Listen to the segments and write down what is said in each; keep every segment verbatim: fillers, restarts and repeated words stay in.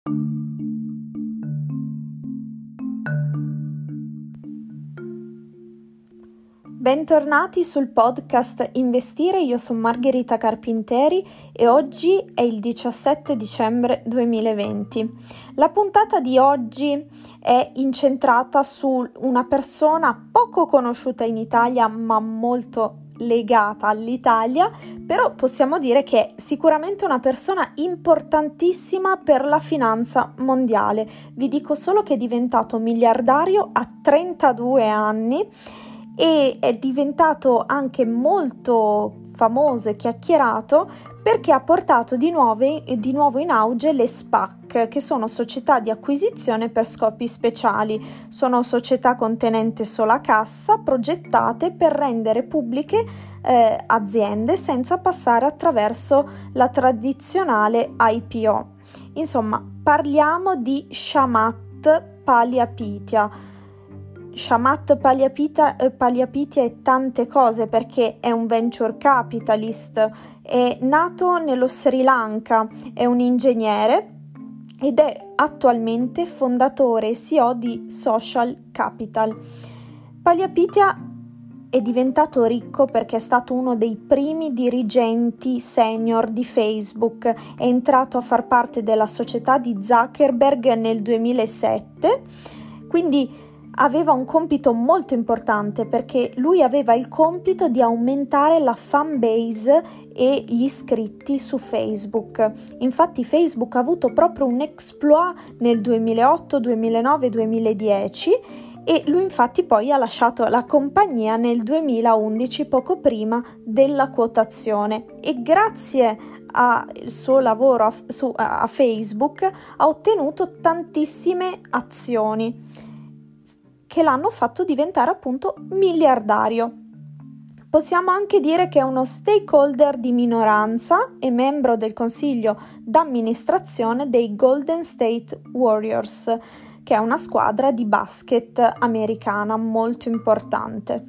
Bentornati sul podcast Investire, io sono Margherita Carpinteri e oggi è il diciassette dicembre duemilaventi. La puntata di oggi è incentrata su una persona poco conosciuta in Italia ma molto legata all'Italia, però possiamo dire che è sicuramente una persona importantissima per la finanza mondiale. Vi dico solo che è diventato miliardario a trentadue anni e è diventato anche molto famoso e chiacchierato perché ha portato di nuovo, di nuovo in auge le SPAC, che sono società di acquisizione per scopi speciali. Sono società contenenti sola cassa, progettate per rendere pubbliche eh, aziende senza passare attraverso la tradizionale I P O. Insomma, parliamo di Chamath Palihapitiya. Chamath Palihapitiya è tante cose perché è un venture capitalist, è nato nello Sri Lanka, è un ingegnere ed è attualmente fondatore e C E O di Social Capital. Palihapitiya è diventato ricco perché è stato uno dei primi dirigenti senior di Facebook, è entrato a far parte della società di Zuckerberg nel duemilasette, quindi aveva un compito molto importante perché lui aveva il compito di aumentare la fan base e gli iscritti su Facebook. Infatti Facebook ha avuto proprio un exploit nel duemilaotto, duemilanove, duemiladieci e lui infatti poi ha lasciato la compagnia nel duemilaundici, poco prima della quotazione, e grazie al suo lavoro a, su, a Facebook ha ottenuto tantissime azioni che l'hanno fatto diventare appunto miliardario. Possiamo anche dire che è uno stakeholder di minoranza e membro del consiglio d'amministrazione dei Golden State Warriors, che è una squadra di basket americana molto importante.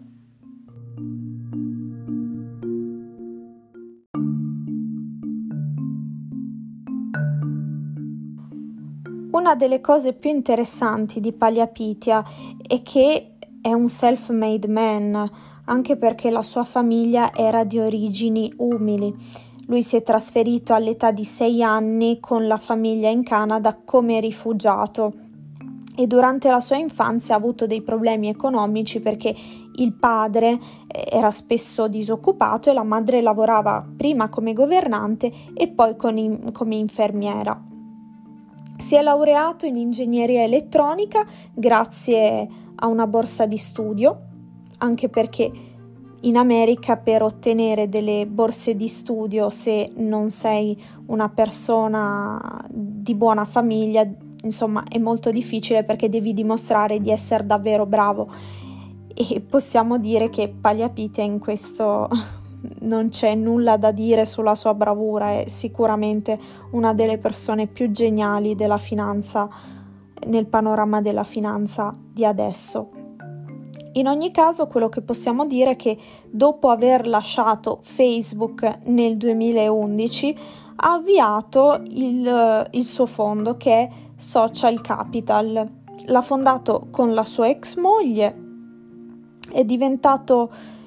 Una delle cose più interessanti di Palihapitiya è che è un self-made man, anche perché la sua famiglia era di origini umili. Lui si è trasferito all'età di sei anni con la famiglia in Canada come rifugiato e durante la sua infanzia ha avuto dei problemi economici perché il padre era spesso disoccupato e la madre lavorava prima come governante e poi con in- come infermiera. Si è laureato in ingegneria elettronica grazie a una borsa di studio, anche perché in America per ottenere delle borse di studio, se non sei una persona di buona famiglia, insomma è molto difficile perché devi dimostrare di essere davvero bravo, e possiamo dire che Palihapitiya in questo non c'è nulla da dire sulla sua bravura, è sicuramente una delle persone più geniali della finanza, nel panorama della finanza di adesso. In ogni caso, quello che possiamo dire è che dopo aver lasciato Facebook nel duemilaundici ha avviato il, il suo fondo, che è Social Capital. L'ha fondato con la sua ex moglie, è diventato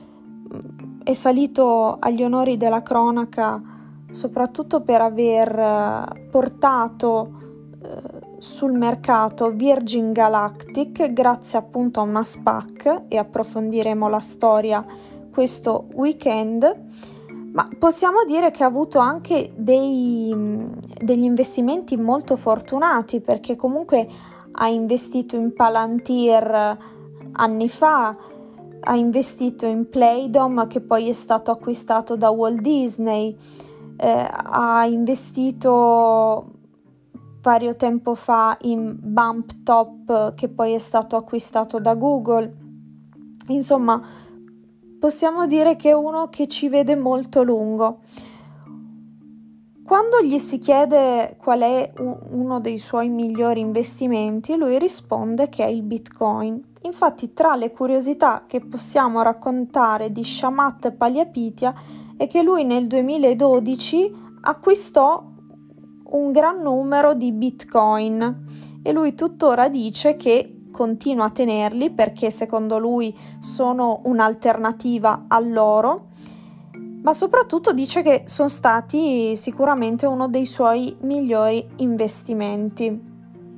è salito agli onori della cronaca soprattutto per aver portato eh, sul mercato Virgin Galactic grazie appunto a una SPAC, e approfondiremo la storia questo weekend. Ma possiamo dire che ha avuto anche dei, degli investimenti molto fortunati, perché comunque ha investito in Palantir anni fa, ha investito in Playdom che poi è stato acquistato da Walt Disney, eh, ha investito vario tempo fa in BumpTop che poi è stato acquistato da Google. Insomma, possiamo dire che è uno che ci vede molto lungo. Quando gli si chiede qual è uno dei suoi migliori investimenti, lui risponde che è il Bitcoin. Infatti, tra le curiosità che possiamo raccontare di Chamath Palihapitiya è che lui nel duemiladodici acquistò un gran numero di bitcoin e lui tuttora dice che continua a tenerli perché secondo lui sono un'alternativa all'oro, ma soprattutto dice che sono stati sicuramente uno dei suoi migliori investimenti.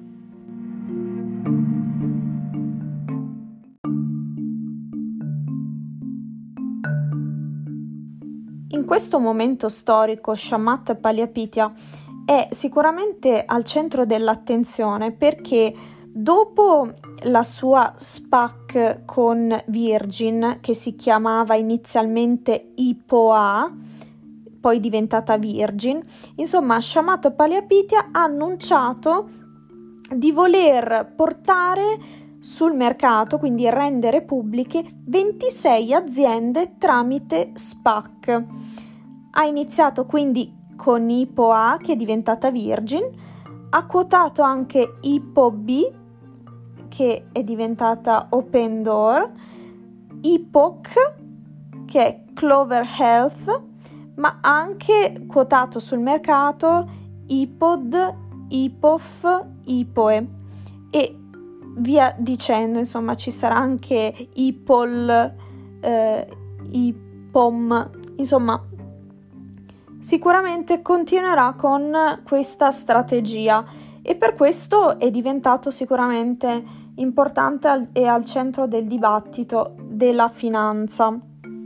In questo momento storico Shamat Palihapitiya è sicuramente al centro dell'attenzione perché dopo la sua SPAC con Virgin, che si chiamava inizialmente I P O A, poi diventata Virgin, insomma Shamat Palihapitiya ha annunciato di voler portare sul mercato, quindi rendere pubbliche ventisei aziende tramite SPAC. Ha iniziato quindi con I P O A, che è diventata Virgin, ha quotato anche I P O B, che è diventata Open Door, I P O C, che è Clover Health, ma ha anche quotato sul mercato I P O D, I P O F, I P O E e via dicendo, insomma ci sarà anche I P O L, eh, I P O M, insomma sicuramente continuerà con questa strategia e per questo è diventato sicuramente importante e al centro del dibattito della finanza.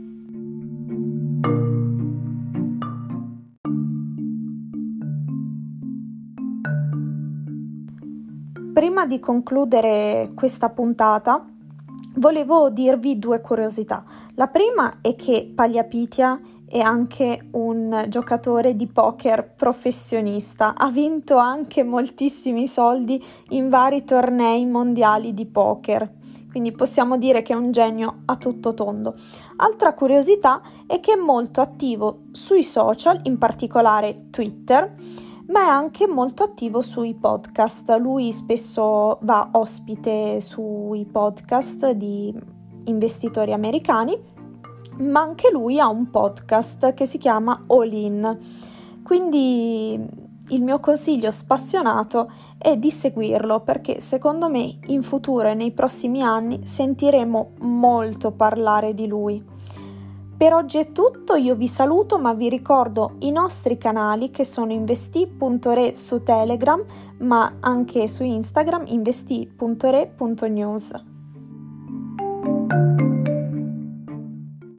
Prima di concludere questa puntata, volevo dirvi due curiosità. La prima è che Palihapitiya è anche un giocatore di poker professionista, ha vinto anche moltissimi soldi in vari tornei mondiali di poker, quindi possiamo dire che è un genio a tutto tondo. Altra curiosità è che è molto attivo sui social, in particolare Twitter, ma è anche molto attivo sui podcast. Lui spesso va ospite sui podcast di investitori americani, ma anche lui ha un podcast che si chiama All In. Quindi il mio consiglio spassionato è di seguirlo, perché secondo me in futuro e nei prossimi anni sentiremo molto parlare di lui. Per oggi è tutto, io vi saluto, ma vi ricordo i nostri canali che sono investi punto re su Telegram, ma anche su Instagram investi punto re punto news.